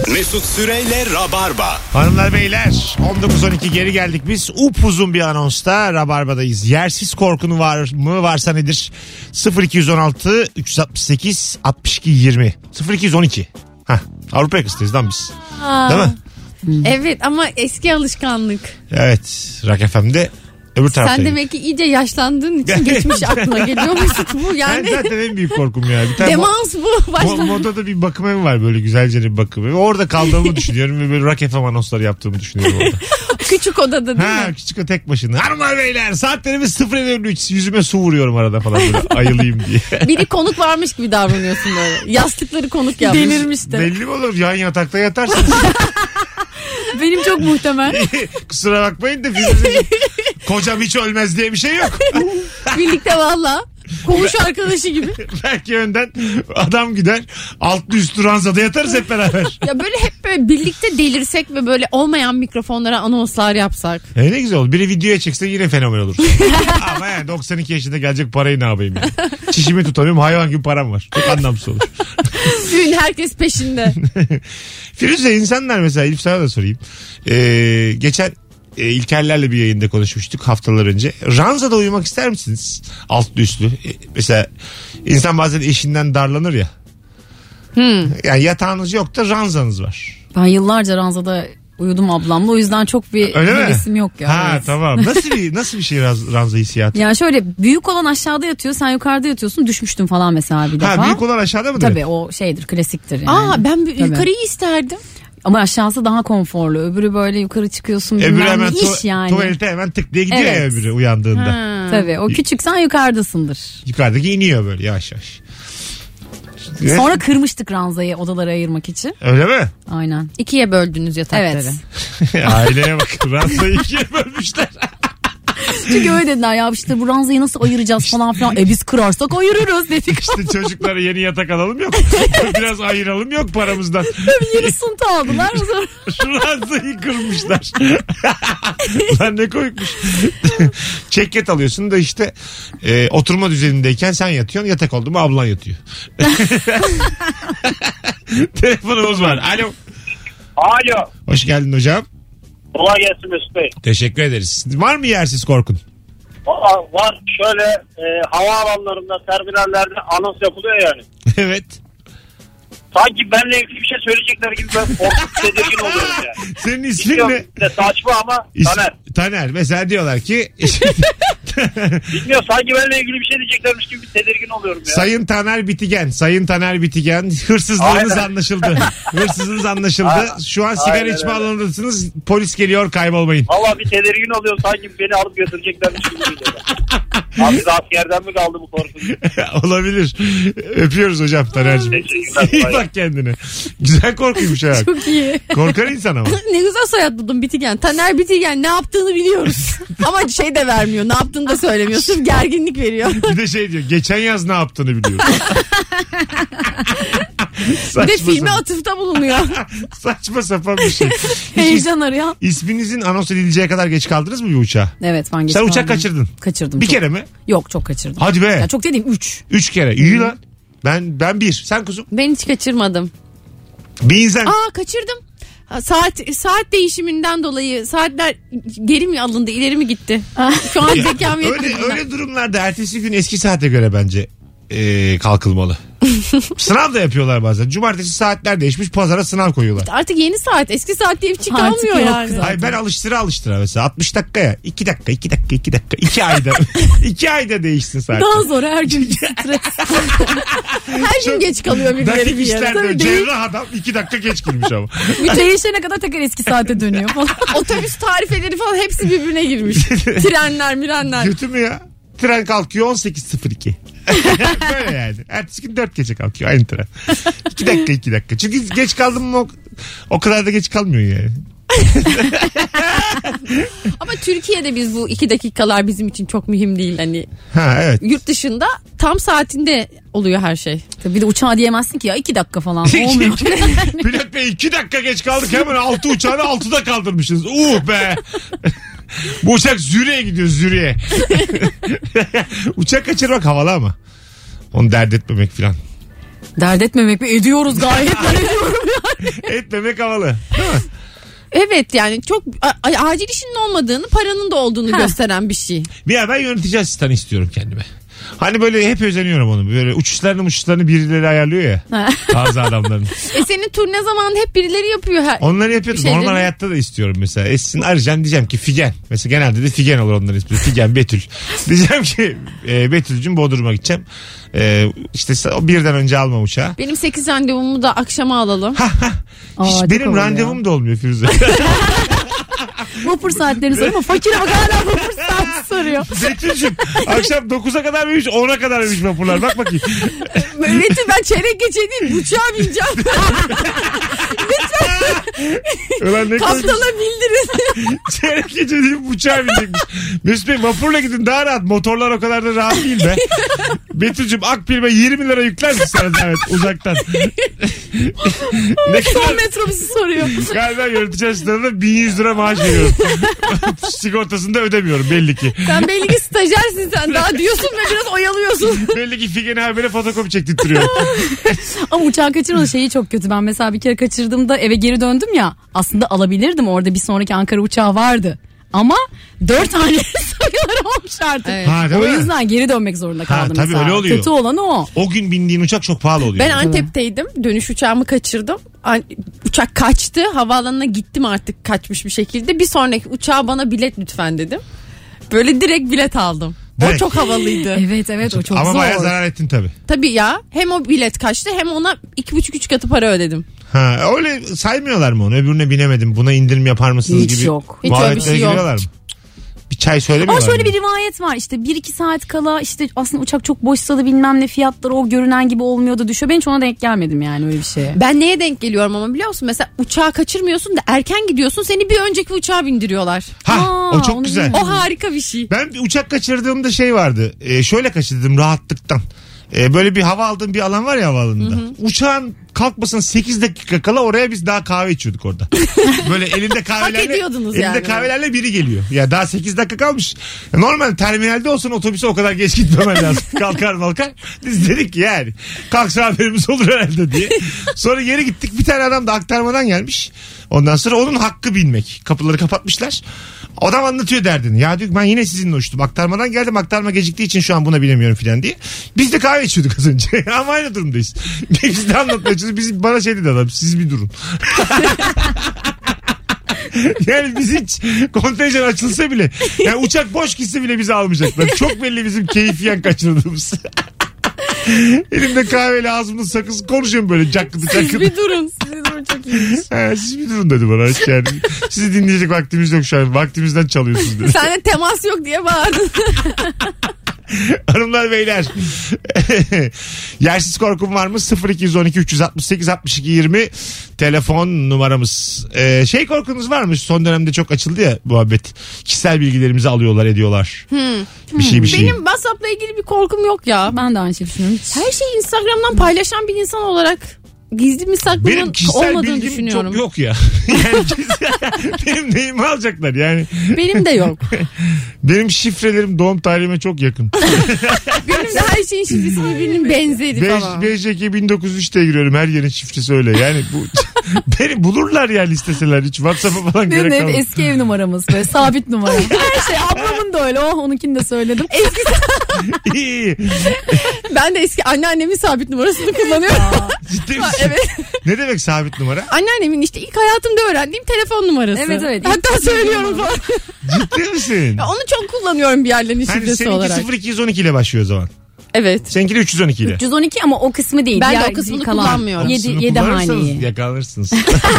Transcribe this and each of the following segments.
Mesut Süreyle Rabarba. Hanımlar beyler 19.12 geri geldik biz. Upuzun bir anonsta Rabarba'dayız. Yersiz korkun var mı, varsa nedir? 0216 368 62 20 0212. Avrupa yakasındayız lan biz. Değil mi? Evet ama eski alışkanlık. Evet. Rock FM'de öbür taraftayım. Sen demek ki iyice yaşlandığın için geçmiş aklına geliyor Mesut bu yani. Ben zaten en büyük korkum ya. Bir tane Demans bu. Moda'da bir bakım evi var, böyle güzelce bir bakım evi. Orada kaldığımı düşünüyorum ve böyle Rock FM anonsları yaptığımı düşünüyorum orada. Küçük odada değil mi? Küçük o tek başına. Hanımlar beyler saatlerimiz 0.53, yüzüme su vuruyorum arada falan böyle ayılayım diye. Biri konuk varmış gibi davranıyorsun böyle. Yastıkları konuk yapmış. Delirmiş de. Belli mi olur, yan yatakta yatarsınız. Benim çok muhtemel. Kusura bakmayın da Firuze'cim, kocam hiç ölmez diye bir şey yok. Birlikte valla. Komşu arkadaşı gibi. Belki önden adam gider, altlı üstü ranzada yatarız hep beraber. Ya böyle hep böyle birlikte delirsek ve böyle olmayan mikrofonlara anonslar yapsak. Ne güzel olur. Biri videoya çekse yine fenomen olur. Ama yani 92 yaşında gelecek parayı ne yapayım yani. Çişimi tutamıyorum, hayvan gibi param var. Çok anlamsız olur. Düğün herkes peşinde. Firuze, insanlar mesela, Elif sana da sorayım. Geçen İlkerlerle bir yayında konuşmuştuk haftalar önce. Ranzada uyumak ister misiniz? Altlı üstlü. Mesela insan bazen eşinden darlanır ya. Yani yatağınız yok da ranzanız var. Ben yıllarca ranzada uyudum ablamla, o yüzden çok bir hevesim yok ya. Evet. Tamam. Nasıl bir şey ranza hissiyatı? Yani şöyle, büyük olan aşağıda yatıyor, sen yukarıda yatıyorsun, düşmüştüm falan mesela bir defa. Büyük olan aşağıda mı? Tabii o şeydir, klasiktir yani. Ben yukarıyı isterdim. Ama aşağısı daha konforlu. Öbürü böyle yukarı çıkıyorsun. Öbürü hemen iş yani. Tuvalete hemen tık diye gidiyor ya öbürü uyandığında. Tabii o küçük, sen yukarıdasındır. Yukarıdaki iniyor böyle yavaş yavaş. Sonra kırmıştık ranzayı odalara ayırmak için. Öyle mi? Aynen. 2'ye böldünüz yatakları. Evet. Aileye bak, ranzayı 2'ye bölmüşler. Çünkü öyle dediler ya, işte bu ranzayı nasıl ayıracağız falan filan. Biz kırarsak ayırırız dedik. İşte çocuklara yeni yatak alalım yok. Biraz ayıralım yok paramızdan. Tabii yarısını da aldılar. Şu ranzayı kırmışlar. Lan ne koymuş. Çekyat alıyorsun da işte oturma düzenindeyken sen yatıyorsun. Yatak oldu mu ablan yatıyor. Telefonumuz var. Alo. Alo. Hoş geldin hocam. Kolay gelsin Mesut Bey. Teşekkür ederiz. Var mı yersiz korkun? Var. Şöyle havaalanlarında, terminallerde anons yapılıyor yani. Evet. Sanki benimle ilgili bir şey söyleyecekler gibi ben korkup tedirgin oluyorum yani. Senin ismin ne? Saçma ama Taner. Taner. Mesela diyorlar ki... Bilmiyorum, sanki benimle ilgili bir şey diyeceklermiş gibi bir tedirgin oluyorum ya. Sayın Taner Bitigen, hırsızlığınız Aynen. anlaşıldı. Hırsızlığınız anlaşıldı. Aynen. Şu an sigara Aynen içme öyle. alanındasınız. Polis geliyor, kaybolmayın. Valla bir tedirgin oluyorum, sanki beni alıp götüreceklermiş gibi geliyor. Abi de askerden mi kaldı bu korku? Olabilir. Öpüyoruz hocam Taner'cim. Teşekkürler. İyi bak kendine. Güzel korkuymuş ha. Çok iyi. Korkar insan ama. Ne güzel soyad buldum, Bitigen. Taner Bitigen, ne yaptığını biliyoruz. Ama şey de vermiyor, ne yaptığını da söylemiyor. Sırf gerginlik veriyor. Bir de şey diyor, geçen yaz ne yaptığını biliyor. Bir de filme atıfta bulunuyor. Saçma sapan bir şey. Heyecan arıyor. İsminizin anons edileceği kadar geç kaldınız mı bir uçağa? Evet, ben geç Sen kaldım. uçak kaçırdın. Kaçırdım. Bir çok. kere mi? Yok, çok kaçırdım. Hadi be. Ya çok dediğim 3. 3 kere. İyi lan. Ben 1. Sen kuzum. Ben hiç kaçırmadım. Bir insan. Kaçırdım. Saat değişiminden dolayı saatler geri mi alındı, ileri mi gitti? Şu an zekam yetmedi. Öyle durumlarda ertesi gün eski saate göre bence kalkılmalı. Sınav da yapıyorlar bazen. Cumartesi saatler değişmiş, pazara sınav koyuyorlar. Artık yeni saat, eski saat diye bir şey Artık kalmıyor yok yani. zaten. Hayır, ben alıştıra mesela 60 dakikaya 2 dakika 2 ayda 2 ayda değişsin saat. Daha zor her gün stres. Her gün geç kalıyor birileri Dakik bir yere. işler Tabii böyle. değil. Cerrah adam 2 dakika geç girmiş ama. Bir değişene kadar tekrar eski saate dönüyor falan. Otobüs tarifeleri falan hepsi birbirine girmiş. Trenler, mirenler. Kötü mü ya? Tren kalkıyor 18.02. Böyle yani. Ertesi gün 4 gece kalkıyor aynı tren. 2 dakika. Çünkü geç kaldım mı o kadar da geç kalmıyor yani. Ama Türkiye'de biz bu 2 dakikalar bizim için çok mühim değil. Hani Evet. yurt dışında tam saatinde oluyor her şey. Tabii bir de uçağa diyemezsin ki ya 2 dakika falan olmuyor. Pilot Bey 2 dakika geç kaldık, hemen 6 uçağını 6'da kaldırmışız. Be. Bu uçak Zürich'e gidiyor, Zürich'e. Uçak kaçırmak havalı ama. Onu dert etmemek filan. Dert etmemek mi? Ediyoruz gayet. Ben ediyorum yani. Etmemek havalı. Değil mi? Evet yani çok acil işinin olmadığını, paranın da olduğunu gösteren bir şey. Ben yönetici asistanı istiyorum kendime. Hani böyle hep özeniyorum onu. Böyle uçuşlarını birileri ayarlıyor ya. Bazı adamların. Senin turne zamanı hep birileri yapıyor. Onları yapıyordum. Normal hayatta da istiyorum mesela. Esin arayacaksın, diyeceğim ki Figen. Mesela genelde de Figen olur onların ismi. Figen, Betül. Diyeceğim ki Betül'cüm Bodrum'a gideceğim. İşte birden önce alma uçağı. Benim 8 randevumu da akşama alalım. Hiç benim randevum da olmuyor Firuze. Vapur saatlerini soruyor ama fakire bak hala vapur saati soruyor. Betül'cüm akşam 9'a kadar mıymış 10'a kadar mıymış vapurlar, bak bakayım. Betül ben çeyrek geçe değil uçağa bineceğim. Ulan ne Kaptana bildirin. Çeyrek gece deyip uçağa binecekmiş. Mesut Bey vapurla gidin daha rahat. Motorlar o kadar da rahat değil be. Betül'cüm Akbil'e 20 lira yükler misin sana zahmet uzaktan? Ne Son kadar? metrobüsü soruyor. Galiba yönetici asistanına 1100 lira maaş veriyorum. Sigortasını da ödemiyorum belli ki. Sen belli ki stajyersin sen daha diyorsun ve biraz oyalıyorsun. Belli ki Figen'e habere fotokopi çektirtiyor. Ama uçağı kaçırma şeyi çok kötü. Ben mesela bir kere kaçırdığımda eve geri döndüm ya. Aslında alabilirdim, orada bir sonraki Ankara uçağı vardı. Ama 4 tane sayılar olmuş artık. Evet. O yüzden geri dönmek zorunda kaldım tabii mesela. öyle oluyor. Kötü olanı o. O gün bindiğin uçak çok pahalı oluyor. Ben Antep'teydim. Dönüş uçağımı kaçırdım. Uçak kaçtı. Havaalanına gittim artık kaçmış bir şekilde. Bir sonraki uçağa bana bilet lütfen dedim. Böyle direkt bilet aldım. Evet. O çok havalıydı. Evet o çok Ama zor. bayağı zarar ettin tabii. Tabii ya. Hem o bilet kaçtı hem ona 2,5-3 katı para ödedim. Öyle saymıyorlar mı onu? Öbürüne binemedim. Buna indirim yapar mısınız Hiç gibi. yok. Hiç öyle bir Muhabbetlere şey yok. giriyorlar mı? Bir çay söylemiyorlar Ama şöyle mı? bir rivayet var işte 1-2 saat kala işte aslında uçak çok boşsa da bilmem ne fiyatları o görünen gibi olmuyor da düşüyor. Ben hiç ona denk gelmedim yani öyle bir şeye. Ben neye denk geliyorum ama biliyor musun? Mesela uçağı kaçırmıyorsun da erken gidiyorsun, seni bir önceki uçağa bindiriyorlar. O çok onu güzel. bilmiyorum. O harika bir şey. Ben bir uçak kaçırdığımda şey vardı. Şöyle kaçırdım rahatlıktan. Böyle bir hava aldığım bir alan var ya havaalanında. Uçağın kalkmasına 8 dakika kala oraya biz daha kahve içiyorduk orada. Böyle elinde kahvelerle, ediyordunuz yani. kahvelerle biri geliyor. Ya daha 8 dakika kalmış. Normal terminalde olsun otobüse o kadar geç gitmemen lazım. Kalkar. Biz dedik ki yani kalksa haberimiz olur herhalde diye. Sonra geri gittik, bir tane adam da aktarmadan gelmiş. Ondan sonra onun hakkı binmek. Kapıları kapatmışlar. Adam anlatıyor derdini. Ya diyor ben yine sizinle uçtum. Aktarmadan geldim. Aktarma geciktiği için şu an buna binemiyorum filan diye. Biz de kahve içiyorduk az önce. Ama aynı durumdayız. Biz de anlatmaya çalışıyoruz. Bana şey dedi adam. Siz bir durun. Yani biz hiç kontenjan açılsa bile, yani uçak boş gitse bile bizi almayacaklar. Çok belli bizim keyfiyen kaçırdığımız. Elimde kahveyle ağzımda sakız konuşuyorum böyle cakkıdı. Siz bir durun. Siz bir durun, çok iyiymiş. Siz bir durun dedi bana. Yani sizi dinleyecek vaktimiz yok şu an. Vaktimizden çalıyorsunuz dedi. Seninle temas yok diye bağırdın. Hanımlar beyler. Yersiz korkum var mı? 0212 368 62 20 telefon numaramız. Korkunuz var mı? Son dönemde çok açıldı ya muhabbet. Kişisel bilgilerimizi alıyorlar ediyorlar. Bir şey. Benim WhatsApp'la ilgili bir korkum yok ya. Ben de aynı şey düşünüyorum. Her şeyi Instagram'dan paylaşan bir insan olarak gizli mi Benim saklının kişisel olmadığını bilgim düşünüyorum. çok yok ya. Yani benim neyimi alacaklar yani. Benim de yok. Benim şifrelerim doğum tarihime çok yakın. Benim de her şeyin şifresi birbirinin benzeri falan. BJK 1903'te giriyorum. Her yerin şifresi öyle. Yani bu beni bulurlar yani isteseler. Hiç WhatsApp'a falan Benim gerek de hep kalmaz. eski ev numaramız böyle sabit numara. Her şey ablamın da öyle. Onunkini de söyledim. İyi. Ben de eski anneannemin sabit numarasını kullanıyorum. Ciddi misin? Evet. Ne demek sabit numara? Anneannemin işte ilk hayatımda öğrendiğim telefon numarası. Evet. Hatta söylüyorum falan. Ciddi misin? Ya onu çok kullanıyorum bir yerlerin Hani şifresi seninki olarak. 0212 ile başlıyor o zaman. Evet. Seninki de 312 ile. 312 ama o kısmı değil. Ben de Diğer o kısmını kalan kullanmıyorum. 7 Kullanırsanız haneyi. yakalanırsınız.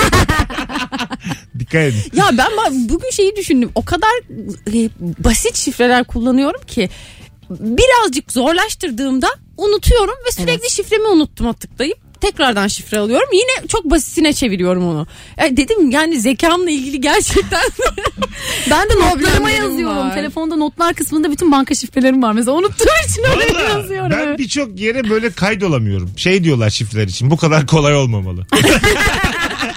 Dikkat edin. Ya ben bugün şeyi düşündüm. O kadar basit şifreler kullanıyorum ki birazcık zorlaştırdığımda unutuyorum ve sürekli şifremi unuttum tıklayıp tekrardan şifre alıyorum. Yine çok basitine çeviriyorum onu. Yani dedim yani zekamla ilgili gerçekten Ben de notlarıma Problemlerim yazıyorum. var. Telefonda notlar kısmında bütün banka şifrelerim var. Mesela unuttuğum için oraya Vallahi yazıyorum. ben Evet. birçok yere böyle kaydolamıyorum. Şey diyorlar şifreler için, bu kadar kolay olmamalı.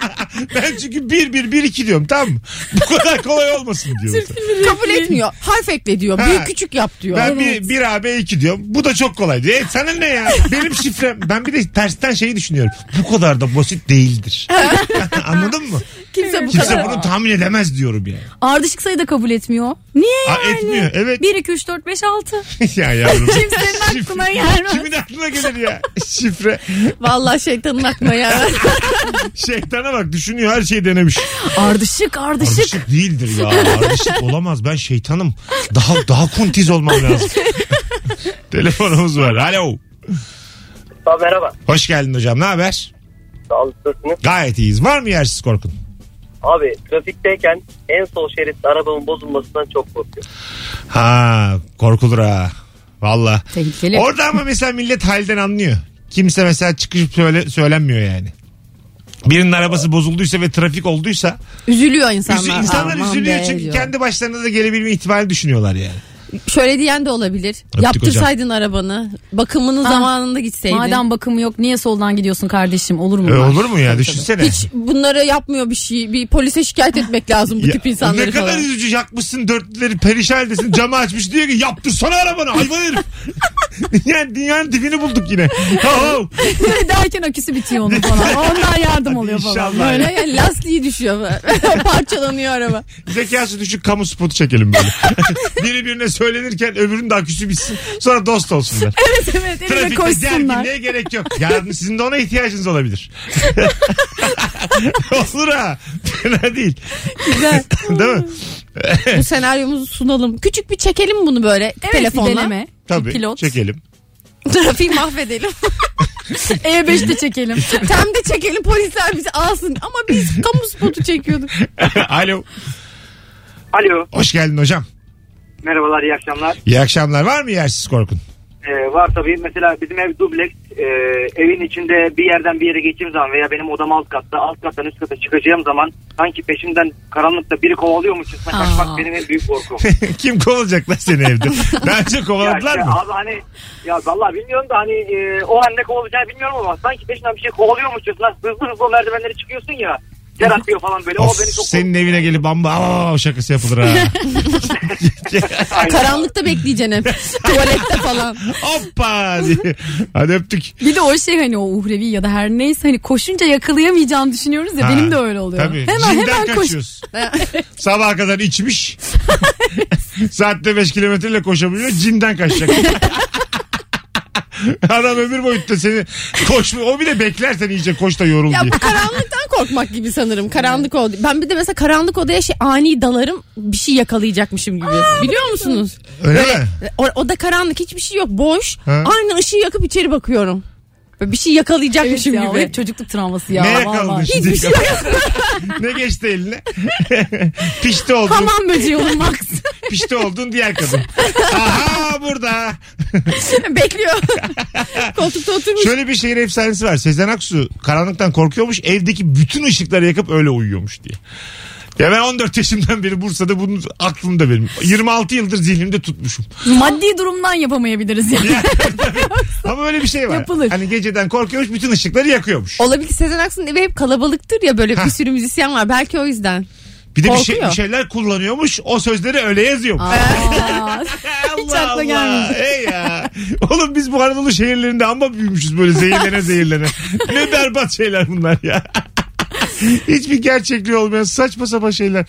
Ben çünkü 1-1-1-2 diyorum, tamam mı? Bu kadar kolay olmasın diyorum. Kabul etmiyor. Harf ekle diyor. Ha. Büyük küçük yap diyor. Ben 1AB2 diyorum. Bu da çok kolay diyor. Sana ne ya? Benim şifrem. Ben bir de tersten şeyi düşünüyorum. Bu kadar da basit değildir. Anladın mı? Kimse bu Kimse kadar. bunu tahmin edemez diyorum yani. Ardışık sayı da kabul etmiyor. Niye yani? Etmiyor, evet. 1, 2, 3, 4, 5, 6. Ya yavrum. Kimsenin aklına gelmez. Kimin aklına gelir ya? Şifre. Vallahi şeytanın aklına ya. Şeytana bak, düşünüyor, her şeyi denemiş. Ardışık. Ardışık değildir ya. Ardışık olamaz. Ben şeytanım. Daha kuntiz olmam lazım. Telefonumuz var. Alo. Abi merhaba. Hoş geldin hocam. Ne haber? Sağ olun. Gayet iyiyiz. Var mı yersiz korkun? Abi trafikteyken en sol şeritte arabamın bozulmasından çok korkuyorum. Ha, korkulur ha. Valla. Tehlikeli. Orada ama mesela millet halden anlıyor. Kimse mesela çıkıp söylenmiyor yani. Birinin arabası bozulduysa ve trafik olduysa Üzülüyor insanlar. insanlar Aman üzülüyor be çünkü diyor. kendi başlarına da gelebilme ihtimali düşünüyorlar yani. Şöyle diyen de olabilir. Öptük Yaptırsaydın arabanı. Bakımının zamanında gitseydin. Madem bakımı yok niye soldan gidiyorsun kardeşim, olur mu? Olur mu ya, düşünsene. Hiç bunları yapmıyor bir şey. Bir polise şikayet etmek lazım bu Ya, tip insanları ne kadar falan. üzücü, yakmışsın dörtlüleri perişan haldesin, camı açmış diyor ki yaptırsana arabanı hayvan herif. Yani dünyanın dibini bulduk yine. Böyle derken aküsü bitiyor onun falan. Ondan yardım oluyor falan. İnşallah. Böyle yani lastiği düşüyor. Parçalanıyor araba. Zekası düşük kamu spotu çekelim böyle. Biri birine söylenirken öbürünün de aküsü bitsin. Sonra dost olsunlar. Evet elime Trafikte koşsunlar. gerginliğe gerek yok. Yarın sizin de ona ihtiyacınız olabilir. Olur ha. Fena değil. Güzel. Değil mi? Bu senaryomuzu sunalım. Küçük bir çekelim bunu böyle Evet, telefonla. bir deneme. Tabii. Bir pilot. Çekelim. Trafiği mahvedelim. E5'te çekelim. Temde çekelim, polisler bizi alsın. Ama biz kamu spotu çekiyorduk. Alo. Alo. Hoş geldin hocam. Merhabalar, iyi akşamlar. İyi akşamlar. Var mı yersiz korkun? Var tabii. Mesela bizim ev dubleks. Evin içinde bir yerden bir yere geçtiğim zaman veya benim odam alt katta, alt kattan üst kata çıkacağım zaman sanki peşimden karanlıkta biri kovalıyormuşçasına kaçmak benim en büyük korkum. Kim kovalacak lan seni evde? Bence kovaladılar Ya mı? abi hani ya vallahi bilmiyorum da hani o an ne kovalayacağını bilmiyorum ama sanki peşinden bir şey kovalıyormuşçasına hızlı o merdivenleri çıkıyorsun ya. Ter atıyor falan böyle. Of, o beni çok senin evine gelip o şakası yapılır ha. Karanlıkta bekleyeceksin hep. Tuvalette falan. Hoppa. Hadi öptük. Bir de o şey hani o uhrevi ya da her neyse hani koşunca yakalayamayacağını düşünüyoruz ya, Ha, benim de öyle oluyor. Tabii. Hemen Cinden koş. kaçıyoruz. Sabaha kadar içmiş. Saatte 5 kilometreyle koşabiliyor. Cinden kaçacak. Adam ömür boyutta seni koşma. O bile bekler seni iyice koş da yorul Ya diye. bu karanlıktan korkmak gibi sanırım. Karanlık oda. Ben bir de mesela karanlık odaya ani dalarım, bir şey yakalayacakmışım gibi. Biliyor musunuz? Öyle mi? O da karanlık, hiçbir şey yok, boş. Ha? Aynı ışığı yakıp içeri bakıyorum. Böyle bir şey yakalayacakmışım Evet ya, o gibi. hep çocukluk travması ya. Ne vallahi. yakaladın şimdi? Hiçbir şey Ne geçti eline? Pişti oldun. Hamam böceği olmak. Pişti oldun diğer kadın. Aha burada. Bekliyor. Koltukta oturmuş. Şöyle bir şehir efsanesi var. Sezen Aksu karanlıktan korkuyormuş. Evdeki bütün ışıkları yakıp öyle uyuyormuş diye. Ya ben 14 yaşımdan beri Bursa'da bunun aklımda benim. 26 yıldır zihnimde tutmuşum. Maddi durumdan yapamayabiliriz yani. Ama öyle bir şey var. Yapılır. Hani geceden korkuyormuş, bütün ışıkları yakıyormuş. Olabilir, Sezen Aksu'nun evi hep kalabalıktır ya, böyle bir sürü müzisyen var. Belki o yüzden. Bir de korkuyor. bir şeyler kullanıyormuş. O sözleri öyle yazıyormuş. Aa, hiç akla gelmedi. Ey ya. Oğlum biz bu Anadolu şehirlerinde amma büyümüşüz böyle zehirlene. Ne berbat şeyler bunlar ya. Hiçbir gerçekliği olmayan saçma sapan şeyler.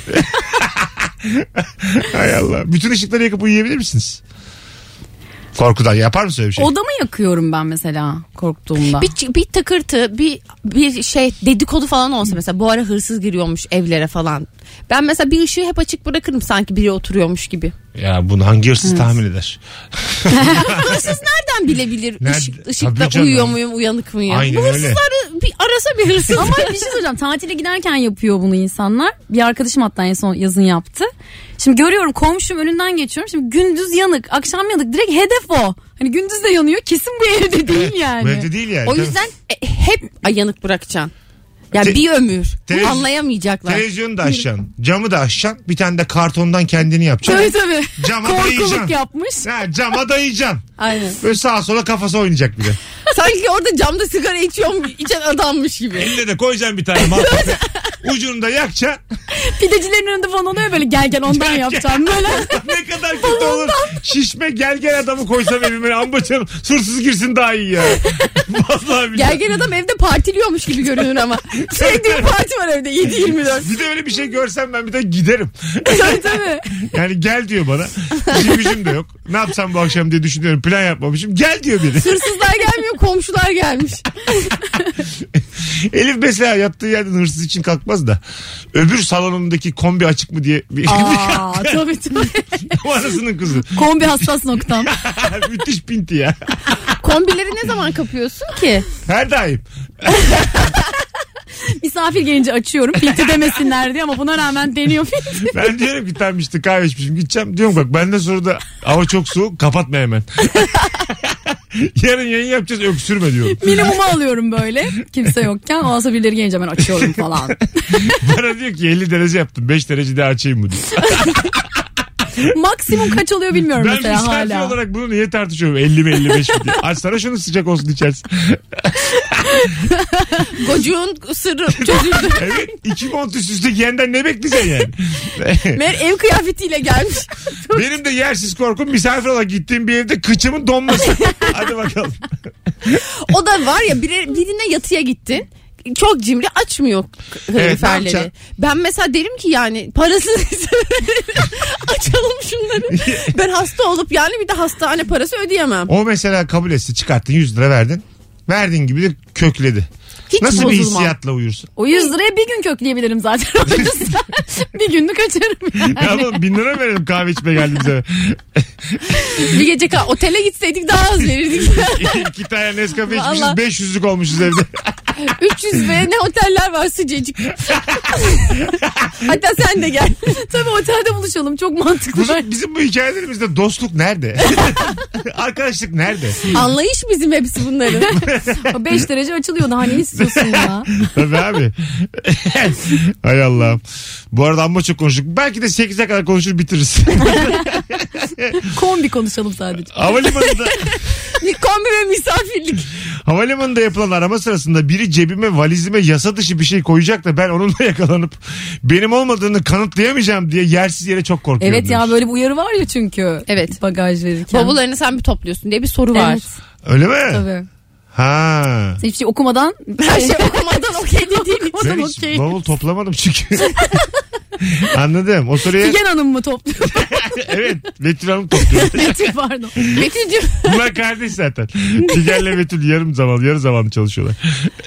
Hay Allah. Bütün ışıkları yakıp uyuyabilir misiniz? Korkudan yapar mısın öyle bir şey? odamı yakıyorum ben mesela korktuğumda. Bir tıkırtı, bir şey dedikodu falan olsa mesela, bu ara hırsız giriyormuş evlere falan. Ben mesela bir ışığı hep açık bırakırım, sanki biri oturuyormuş gibi. Ya bunu hangi hırsız tahmin eder? Hırsız nereden bilebilir Tabii ışıkta canım. uyuyor muyum, uyanık mıyım? Aynen Bu öyle. hırsızları bir arasa bir hırsız. Ama bir şey söyleyeceğim. Tatile giderken yapıyor bunu insanlar. Bir arkadaşım hatta en son yazın yaptı. Şimdi görüyorum, komşum önünden geçiyorum. Şimdi gündüz yanık, akşam yanık. Direkt hedef o. Hani gündüz de yanıyor. Kesin bu evde değil yani. Bu evde değil yani. O yüzden hep yanık bırakacaksın. Ya Te- bir ömür. Televiz- Anlayamayacaklar. Televizyonu da açacaksın. Camı da açacaksın. Bir tane de kartondan kendini yapacaksın. Tabii. Cama Korkuluk dayayacaksın. yapmış. Ha, cama dayayacaksın. Aynen. Böyle sağa sola kafası oynayacak bir de. Sanki orada camda sigara içen adammış gibi. Eline de koyacaksın bir tane maltepe. Ucunu da yakacaksın. Pidecilerin önünde falan oluyor böyle gel ondan yapacağım böyle. Ne kadar kötü olur. Şişme gel adamı koysam evime. Amba canım hırsız girsin daha iyi ya. Vallahi billahi. Gel adam evde partiliyormuş gibi görünür ama. Sürekli bir parti var evde 7-24. Bir de öyle bir şey görsem ben bir de giderim. Tabii. Yani gel diyor bana. İşim gücüm de yok. Ne yapsam bu akşam diye düşünüyorum. Plan yapmamışım. Gel diyor biri. Hırsızlar gelmiyor, komşular gelmiş. Elif mesela yattığı yerden hırsız için kalkmaz da öbür salonundaki kombi açık mı diye bir Tabii. anasının kızı. Kombi hassas noktam. Müthiş pinti ya. Kombileri ne zaman kapıyorsun ki? Her daim. Misafir gelince açıyorum filtre demesinler diye ama buna rağmen deniyor filtre. Ben diyorum ki tam işte kahve içmişim gideceğim. Diyorum bak benden sonra da hava çok soğuk kapatma hemen. Yarın yayın yapacağız öksürme diyorum. Minimumu alıyorum böyle kimse yokken. Ondan sonra birileri gelince ben açıyorum falan. Bana diyor ki 50 derece yaptım 5 derece daha açayım mı diyor. Maksimum kaç oluyor bilmiyorum Ben mesela misafir hala. olarak bunu niye tartışıyorum 50 mi 55 mi diye. Açsana şunu sıcak olsun içersin. Gocuğun sırrı çözüldü. Evet 2 mont üst üste giyenden ne bekleyeceksin yani? Meğer ev kıyafetiyle gelmiş. Benim de yersiz korkum misafir olarak gittiğim bir evde kıçımın donması. Hadi bakalım. O da var ya birine yatıya gittin. Çok cimri açmıyor Evet, ne ferleri. yapacaksın? Ben mesela derim ki yani parasını açalım şunları. Ben hasta olup yani bir de hastane parası ödeyemem. O mesela kabul etse çıkarttın 100 lira verdin. Verdiğin gibi de kökledi. Hiç Nasıl bir bozulmam. hissiyatla uyursun? O 100 liraya bir gün kökleyebilirim zaten. Bir günlük açarım yani. Ya oğlum 1000 lira verelim kahve içmeye geldiğimize. Bir gece otele gitseydik daha az verirdik. 2 tane Nescafe içmişiz Vallahi. 500'lük olmuşuz evde. 300 ve ne oteller var sıcacık. Hatta sen de gel. Tabii otelde buluşalım çok mantıklı. Bizim bu hikayelerimizde dostluk nerede? Arkadaşlık nerede? Anlayış bizim hepsi bunların. 5 derece açılıyor daha ne istiyorsun ya? Tabii abi. Hay Allah'ım. Bu arada amma çok konuştuk. Belki de 8'e kadar konuşur bitiririz. Kombi konuşalım sadece. Havalimanında Kombi ve misafirlik. Havalimanında yapılan arama sırasında biri cebime valizime yasa dışı bir şey koyacak da ben onunla yakalanıp benim olmadığını kanıtlayamayacağım diye yersiz yere çok korkuyorum. Evet ya böyle bir uyarı var ya çünkü. Evet. Bagaj verirken. Bavullarını sen bir topluyorsun diye bir soru var. Evet. Öyle mi? Tabii. Ha. Sen hiçbir şey okumadan Her şey okumadan okey dediğin Ben için hiç okey. bavul toplamadım çünkü. Anladım. O soruya Figen Hanım mı topluyor? evet Betül Hanım topluyor. Betül pardon. Betül'cüm Bunlar kardeş zaten. Figen'le Betül yarı zamanlı çalışıyorlar.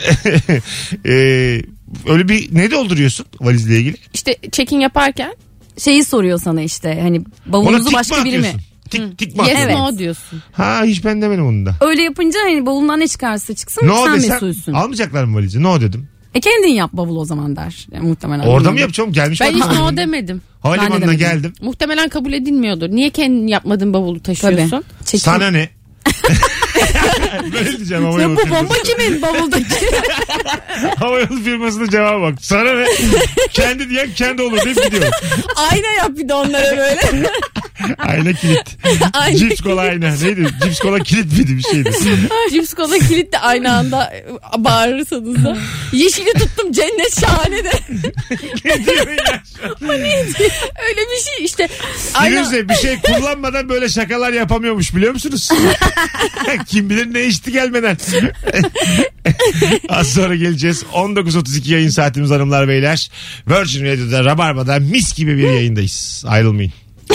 Öyle bir ne dolduruyorsun valizle ilgili? işte check-in yaparken Şeyi soruyor sana işte hani Ona bavulunuzu tik başka mi biri mi? atıyorsun? Tik mi yes atıyorsun? Evet. no diyorsun. Ha hiç ben demedim onu da. Öyle yapınca hani bavulundan ne çıkarsa çıksın No sen desem mesulsün. almayacaklar mı valizi? No dedim. Kendin yap bavul o zaman der. Yani muhtemelen. Orada mı yapacağım? Gelmiş Ben hiç bak. no demedim. Ben Havalimanına de demedim. geldim. Muhtemelen kabul edilmiyordur. Niye kendin yapmadığın bavulu taşıyorsun? Tabii. Çekin. Sana ne? Böyle diyeceğim Ya havayolu bu firması. bomba kimin bavuldaki? Havayolu firmasının cevabı bak. Sana ne? Kendi diyen kendi olur deyip gidiyor. Ayna yap bir de onlara böyle. Ayna kilit. Ayna Cips kola ayna. Neydi? Cips kola kilit miydi bir şeydi? Cips kola kilit de aynı anda bağırırsanız da. Yeşili tuttum cennet şahane de. Ne diyorsun ya? Öyle bir şey işte. Ayna. Firuze bir şey kullanmadan böyle şakalar yapamıyormuş biliyor musunuz? Kim bilir ne içti gelmeden. Az sonra geleceğiz. 19.32 yayın saatimiz hanımlar beyler. Virgin Radio'da Rabarba'da mis gibi bir yayındayız. Ayrılmayın.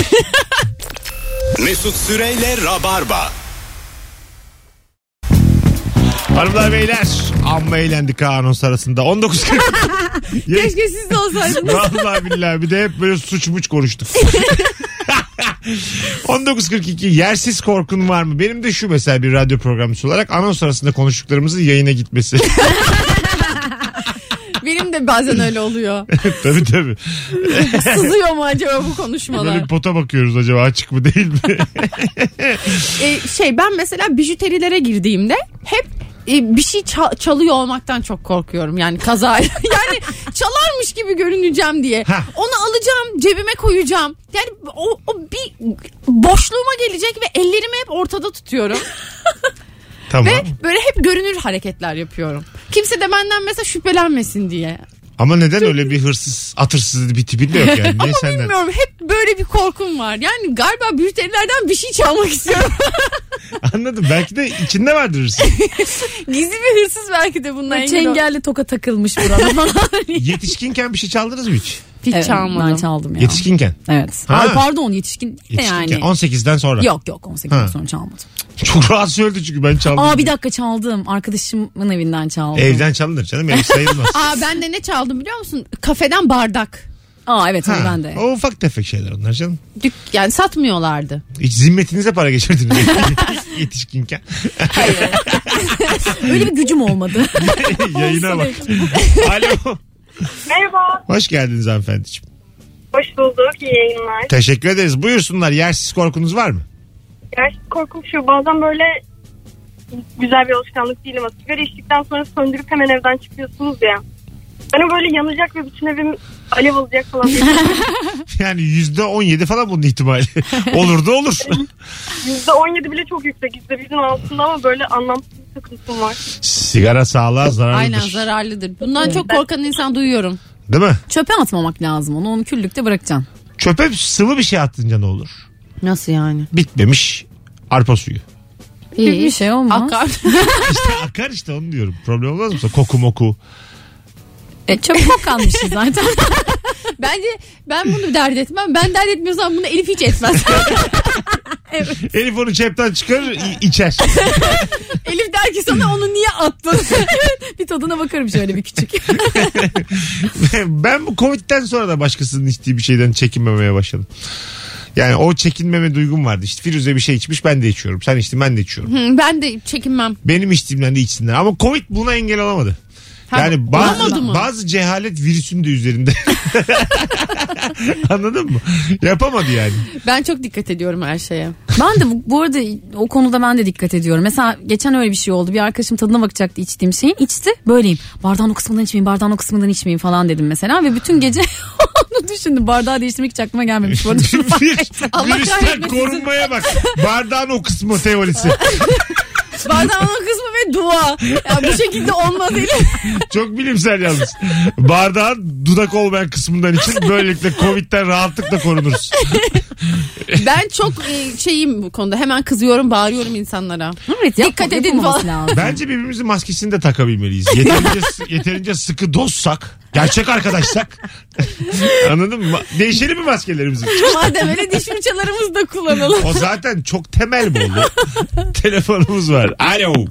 Mesut Süreyle Rabarba. Hanımlar beyler amma eğlendik ha anons arasında. 19.40 Keşke siz de olsaydınız. Vallahi billahi bir de hep böyle suç muç konuştuk. 19.42 yersiz korkun var mı? Benim de şu mesela bir radyo programcısı olarak anons arasında konuştuklarımızın yayına gitmesi. Benim de bazen öyle oluyor. Tabii tabii. Sızıyor mu acaba bu Böyle konuşmalar? bir pota bakıyoruz acaba açık mı değil mi? Ben mesela bijuterilere girdiğimde hep bir şey çalıyor olmaktan çok korkuyorum. Yani kaza yani çalarmış gibi görüneceğim diye. Hah. Onu alacağım, cebime koyacağım. Yani o bir boşluğuma gelecek ve ellerimi hep ortada tutuyorum. Tamam. Ve böyle hep görünür hareketler yapıyorum. Kimse de benden mesela şüphelenmesin diye. Ama neden öyle bir hırsız, atırsız bir tipin de yok yani? Niye Ama senden? bilmiyorum, hep böyle bir korkum var. Yani galiba müşterilerden bir şey çalmak istiyorum. Anladım. Belki de içinde vardır hırsız. Gizli bir hırsız belki de bundan. Çengelli toka takılmış burada. Yetişkinken bir şey çaldınız mı hiç? Hiç Evet, çalmadım. ben çaldım ya. Yetişkinken. Evet. Ha. Ay pardon yetişkin de Yetişkinken. yani. 18'den sonra. Yok 18'den Ha. sonra çalmadım. Çok rahat söyledi çünkü ben çaldım. Aa bir dakika çaldım. Arkadaşımın evinden çaldım. Evden çalınır canım. Ev sayılmaz. Aa, ben de ne çaldım biliyor musun? Kafeden bardak. Aa evet onu Ha, ben de. o ufak tefek şeyler onlar canım. Yani satmıyorlardı. Hiç zimmetinize para geçirdiniz yetişkinken. Öyle bir gücüm olmadı. Yayına bak. Alo. Merhaba. Hoş geldiniz hanımefendiciğim. Hoş bulduk. İyi yayınlar. Teşekkür ederiz. Buyursunlar. Yersiz korkunuz var mı? Gerçi korkum şu. Bazen böyle güzel bir alışkanlık değil ama sigara içtikten sonra söndürüp hemen evden çıkıyorsunuz ya. Hani böyle yanacak ve bütün evim alev alacak falan. Yani %17 falan bunun ihtimali. Olur da olur. %17 bile çok yüksek. %1'in altında ama böyle anlamsız bir takıntım var. Sigara sağlığa zararlıdır. Aynen, zararlıdır. Bundan çok korkan insan duyuyorum. Değil mi? Çöpe atmamak lazım onu küllükte bırakacaksın. Çöpe sıvı bir şey attınca ne olur? Nasıl yani? Bitmemiş arpa suyu. Bir şey olmaz. Akar. İşte akar işte onu diyorum. Problem olmaz mı? Koku moku. Çöp kokanmışız zaten. Bence ben bunu dert etmem. Ben dert etmiyorsam bunu Elif hiç etmez. Elif onu cepten çıkarır içer. Elif der ki sana onu niye attın? Bir tadına bakarım şöyle bir küçük. Ben bu Covid'den sonra da başkasının içtiği bir şeyden çekinmemeye başladım. Yani o çekinmeme duygum vardı. İşte Firuze bir şey içmiş, ben de içiyorum. Sen içtin, ben de içiyorum. Ben de çekinmem. Benim içtiğimden de içsinler. Ama Covid buna engel olamadı. Yani bazı cehalet virüsün de üzerinde. Anladın mı? Yapamadı yani. Ben çok dikkat ediyorum her şeye. Ben de bu arada o konuda ben de dikkat ediyorum. Mesela geçen öyle bir şey oldu. Bir arkadaşım tadına bakacaktı içtiğim şeyin. İçti. Böyleyim. Bardağın o kısmından içmeyin, bardağın o kısmından içmeyin falan dedim mesela. Ve bütün gece onu düşündüm. Bardağı değiştirmek hiç aklıma gelmemiş. Bu arada şunu fark ettim. Virüsten korunmaya bak. Bardağın o kısmı teorisi. Bardağın o kısmı ve dua. Ya bu şekilde olmaz Elif. Çok bilimsel yalnız. Bardağın dudak olmayan kısmından için böylelikle Covid'den rahatlıkla korunuruz. Ben çok şeyim bu konuda. Hemen kızıyorum, bağırıyorum insanlara. Evet, Dikkat edin falan. lazım. Bence birbirimizin maskesini de takabilmeliyiz. Yeterince sıkı dostsak, gerçek arkadaşsak. Anladın mı? Değişelim mi maskelerimizi? Madem öyle diş fırçalarımızı da kullanalım. O zaten çok temel bu oldu. Telefonumuz var. Alo.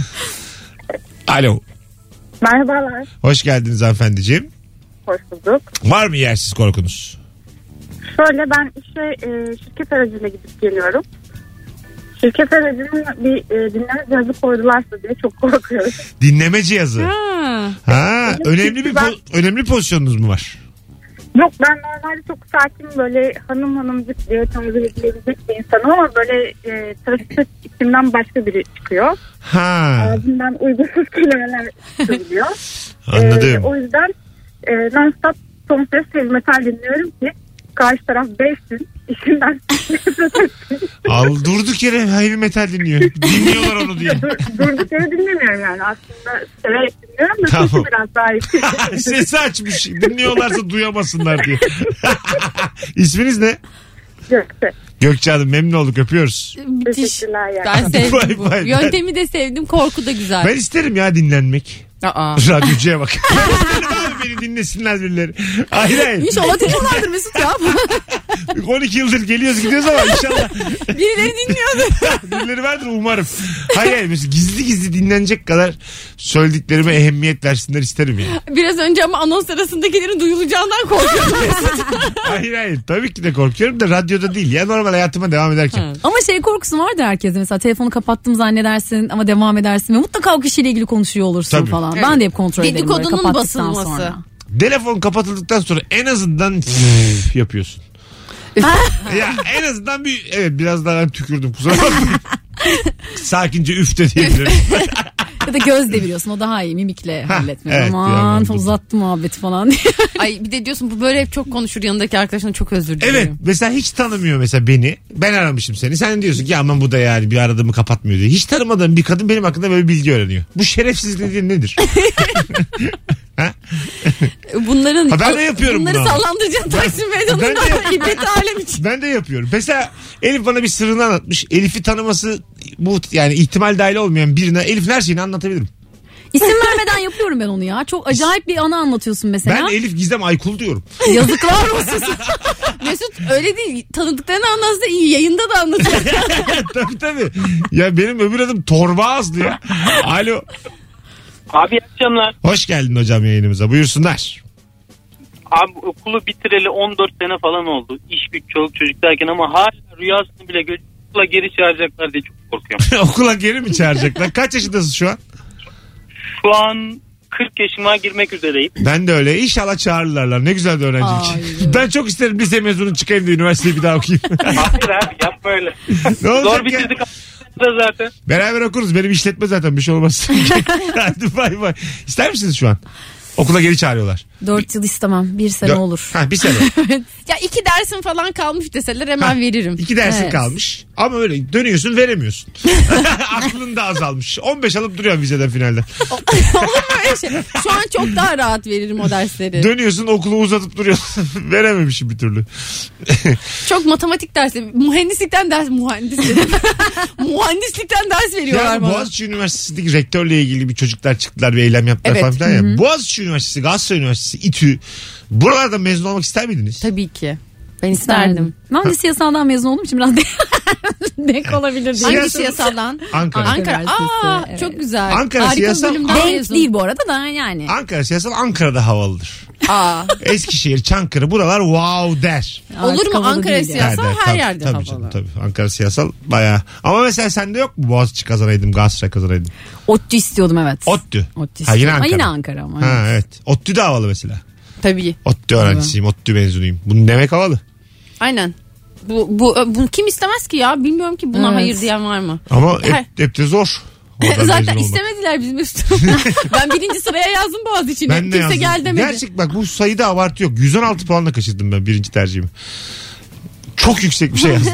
Alo. Merhabalar. Hoş geldiniz hanımefendiciğim. Hoş bulduk. Var mı yersiz korkunuz? Şöyle ben işe şirket aracıyla gidip geliyorum. Şirket aracının bir dinleme cihazı koydularsa diye çok korkuyorum. Dinleme cihazı. Ha, önemli bir Ben- önemli pozisyonunuz mu var? Yok, ben normalde çok sakin böyle hanımcık diye tanzim edilebilecek bir insanım ama böyle trafikte içimden başka biri çıkıyor. Ha, Ağzımdan uygunsuz kelimeler çıkabiliyor. anladım. O yüzden non-stop son ses heavy metal dinliyorum ki karşı taraf beşsin, işinden nefret etsin. Durduk yere heavy metal dinliyor. Dinliyorlar onu diye. Durduk yere dinlemiyorum yani, aslında severek dinliyorum da Tamam. sesi biraz daha yüksek. Sesi açmış. Dinliyorlarsa duyamasınlar diye. İsminiz ne? Gökçe. Gökçe Hanım, memnun olduk, öpüyoruz. Müthiş. Teşekkürler yani. Ben sevdim Bay bu. bay. Yöntemi de sevdim, korku da güzel. Ben isterim ya dinlenmek. Aa. Radyocuya bak. Ben isterim abi, beni dinlesinler birileri. Hayır hayır. İnşallah dinliyorlardır Mesut ya. 12 yıldır geliyoruz gidiyoruz ama inşallah Birileri dinliyordu. birileri vardır umarım. Hayır hayır. Mesela gizli dinlenecek kadar söylediklerime ehemmiyet versinler isterim yani. Biraz önce ama anons arasındakilerin duyulacağından korkuyorum. Hayır. Tabii ki de korkuyorum da radyoda değil. Ya normal hayatıma devam ederken. Ama şey korkusu vardı herkese. Mesela telefonu kapattım zannedersin ama devam edersin. Ve mutlaka o kişiyle ilgili konuşuyor olursun Tabii. falan. Evet. Ben de hep kontrol ederim böyle Dedikodunun kapattıktan basılması. sonra. Telefon kapatıldıktan sonra en azından yapıyorsun. Ya en azından biraz daha tükürdüm, kusura bakmayın. Sakince üf de diyebilirim. Ya da göz deviriyorsun, o daha iyi, mimikle halletme. evet, Aman yani, uzattı muhabbeti falan diye. Ay bir de diyorsun bu böyle hep çok konuşur, yanındaki arkadaşına çok özür dilerim. Evet, mesela hiç tanımıyor mesela beni. Ben aramışım seni. Sen diyorsun ki aman bu da yani bir aradığımı kapatmıyor diye. Hiç tanımadığım bir kadın benim hakkında böyle bilgi öğreniyor. Bu şerefsizlik nedir? Bunların Ha, ben de yapıyorum bunları bunu. sallandıracaksın Taksim Ben Meydanı'nda de- ibret alem için. Ben de yapıyorum. Mesela Elif bana bir sırrını anlatmış. Elif'i tanıması bu yani ihtimal dahil olmayan birine Elif'in her şeyini anlatabilirim. İsim vermeden yapıyorum ben onu ya. Çok acayip bir anı anlatıyorsun mesela. Ben Elif Gizem Aykul diyorum. Yazıklar olsun. Mesut öyle değil. Tanıdıklarını anlatsa iyi, yayında da anlatıyor. tabii. Ya benim öbür adım Torba Ağızlı ya. Alo. Abi iyi akşamlar. Hoş geldin hocam yayınımıza. Buyursunlar. Abi okulu bitireli 14 sene falan oldu. İş güç çoluk çocuk derken ama hala rüyasını bile okula geri çağıracaklar diye çok korkuyorum. Okula geri mi çağıracaklar? Kaç yaşındasın şu an? Şu an 40 yaşıma girmek üzereyim. Ben de öyle. İnşallah çağırırlar. Ne güzel de öğrencilik. Ben çok isterim lise mezunu çıkayım da üniversiteyi bir daha okuyayım. Hayır abi yapma öyle. Ne olacak Zor ya? bitirdik zaten. Beraber okuruz. Benim işletme zaten bir şey olmaz. Hadi bay bay. İster misiniz şu an? Okula geri çağırıyorlar. 4 yıl istemem. 1 sene olur. Ha, bir sene. Ya 2 dersin falan kalmış deseler hemen veririm. 2 dersin Evet. kalmış. Ama öyle dönüyorsun veremiyorsun. Aklın da azalmış. 15 alıp duruyorsun vizeden finalde. Olur mu öyle şey? Şu an çok daha rahat veririm o dersleri. Dönüyorsun okulu uzatıp duruyorsun. Verememişim bir türlü. Çok matematik dersi, mühendislikten ders, mühendislikten ders veriyorlar Ya bana. Boğaziçi Üniversitesi'ndeki rektörle ilgili bir çocuklar çıktılar bir eylem yaptılar Evet. falan filan ya. Boğaziçi Üniversitesi, Galatasaray Üniversitesi, İTÜ. Buralarda mezun olmak ister miydiniz? Tabii ki. Ben isterdim. Ben de siyasaldan mezun olduğum için biraz denk olabilir diye. Hangi Siyasal- siyasaldan? Ankara. Ankara. Üniversitesi, Aa, evet. çok güzel. Ankara Harika bir siyasal- bölümden Denk mezun. değil bu arada da yani. Ankara siyasal Ankara'da havalıdır. Aa. Eskişehir, Çankırı buralar wow der. Olur Artık mu havalı Ankara değil yani. siyasal Der, her tabii, yerde tabii havalı. canım, tabii. Ankara siyasal bayağı. Ama mesela sende yok mu Boğaziçi kazanaydım, Galatasaray kazanaydım? ODTÜ istiyordum evet. ODTÜ. ODTÜ Ha, yine istiyordum. Ankara. Yine Ankara ama. Ha evet. ODTÜ de havalı mesela. Tabii. ODTÜ öğrencisiyim, ODTÜ mezunuyum. Bunun demek havalı. Aynen. Bu kim istemez ki ya? Bilmiyorum ki buna Evet. hayır diyen var mı? Ama Her- hep de zor. Oradan Zaten mezun olmak. istemediler bizim üstüne. Ben 1. sıraya yazdım Boğaziçi'ne. Ben de Kimse yazdım. gel demedi. Gerçek bak bu sayıda abartı yok. 116 puanla kaçırdım ben birinci tercihimi. Çok yüksek bir şey yazdım.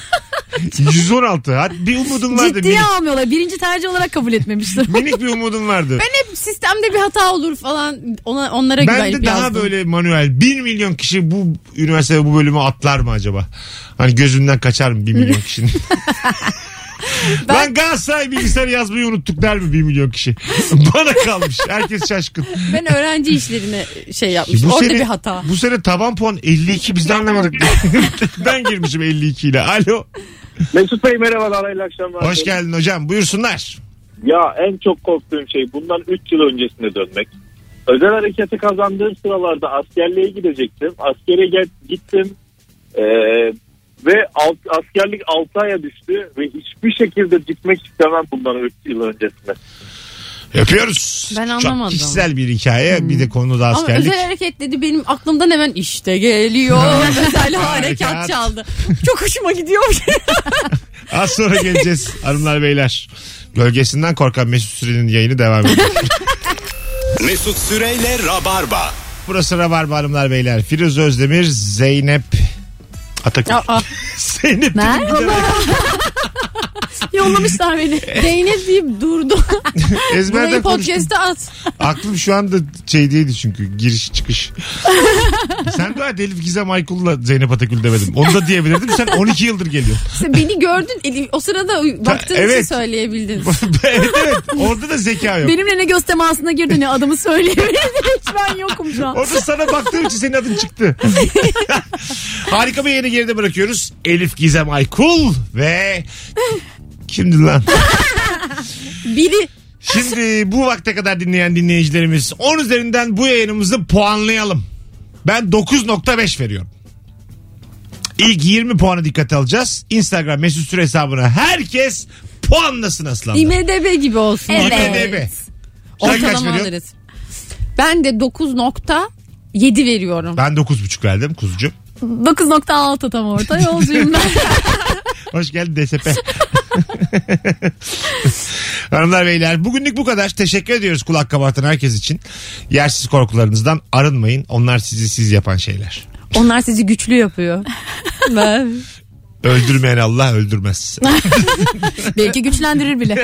116. Hadi bir umudum vardı. Ciddiye almıyorlar. Birinci tercih olarak kabul etmemişler. Minik bir umudum vardı. Ben hep sistemde bir hata olur falan onlara Ben güvenip de daha yazdım. böyle manuel 1 milyon kişi bu üniversitede bu bölümü atlar mı acaba? Hani gözünden kaçar mı 1 milyon kişinin? Lan Galatasaray bilgisayarı yazmayı unuttuk der mi 1 milyon kişi? Bana kalmış. Herkes şaşkın. Ben öğrenci işlerine şey yapmışım. Bu Orada sene, bir hata. Bu sene tavan puan 52 biz de anlamadık. Ben girmişim 52 ile. Alo. Mesut Bey merhabalar, hayırlı akşamlar. Hoş geldin hocam. Buyursunlar. Ya en çok korktuğum şey bundan 3 yıl öncesine dönmek. Özel hareketi kazandığım sıralarda askerliğe gidecektim. Askere gittim ve askerlik 6 aya düştü ve hiçbir şekilde gitmek istemem bundan 3 yıl öncesine. Yapıyoruz. Ben Çok anlamadım. kişisel bir hikaye. Bir de konuda Ama askerlik. özel hareket dedi benim aklımdan hemen işte geliyor. Özel harekat Harekat. çaldı. Çok hoşuma gidiyor. Az sonra geleceğiz hanımlar beyler. Gölgesinden korkan Mesut Süren'in yayını devam ediyor. Mesut Süreyle Rabarba. Burası Rabarba hanımlar beyler. Firuze Özdemir, Zeynep Atakül. Aa, Zeynep Merhaba. Yollamışlar beni. Zeynep deyip durdu. ezberden Burayı konuştum. podcast'e at. Aklım şu anda şeydeydi çünkü giriş çıkış. Sen dua et Elif Gizem Aykul'la Zeynep Atakül demedim. Onu da diyebilirdim. Sen 12 yıldır geliyorsun. İşte beni gördün. O sırada baktığın için evet. söyleyebildin. evet. Orada da zeka yok. Benimle ne göz temasına girdin ya, adımı söyleyemedim. Hiç ben yokum şu an. Orada sana baktığım için senin adın çıktı. Harika bir yayını geride bırakıyoruz. Elif Gizem Aykul ve kimdi lan? Biri Şimdi bu vakte kadar dinleyen dinleyicilerimiz 10 üzerinden bu yayınımızı puanlayalım. Ben 9.5 veriyorum. İlk 20 puanı dikkate alacağız. Instagram Mesut Süre hesabına herkes puanlasın aslanlar. IMDB gibi olsun. Evet. IMDb. Sen kaç Ortalama veriyorsun? alırız. Ben de 9.7 veriyorum. Ben 9.5 verdim kuzucuğum. 9.6 tam orta yolcuyum ben. Hoş geldin DSP. Hanımlar beyler bugünlük bu kadar. Teşekkür ediyoruz kulak kabartan herkes için. Yersiz korkularınızdan arınmayın. Onlar sizi siz yapan şeyler. Onlar sizi güçlü yapıyor. Öldürmeyen Allah öldürmez. Belki güçlendirir bile.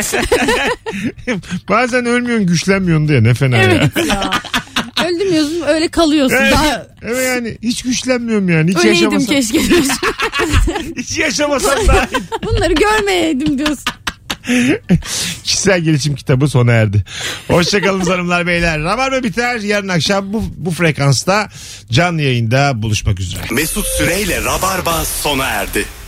Bazen ölmüyorsun güçlenmiyorsun diye ne fena ya. Öldürmüyorsun öyle kalıyorsun. Evet, Daha... evet yani hiç güçlenmiyorum yani. Hiç Öyleydim yaşamasam. keşke. Hiç yaşamasam daha iyi. Bunları görmeyeydim diyorsun. Kişisel gelişim kitabı sona erdi. Hoşçakalın hanımlar beyler. Rabarba biter. Yarın akşam bu frekansta canlı yayında buluşmak üzere. Mesut Süreyle Rabarba sona erdi.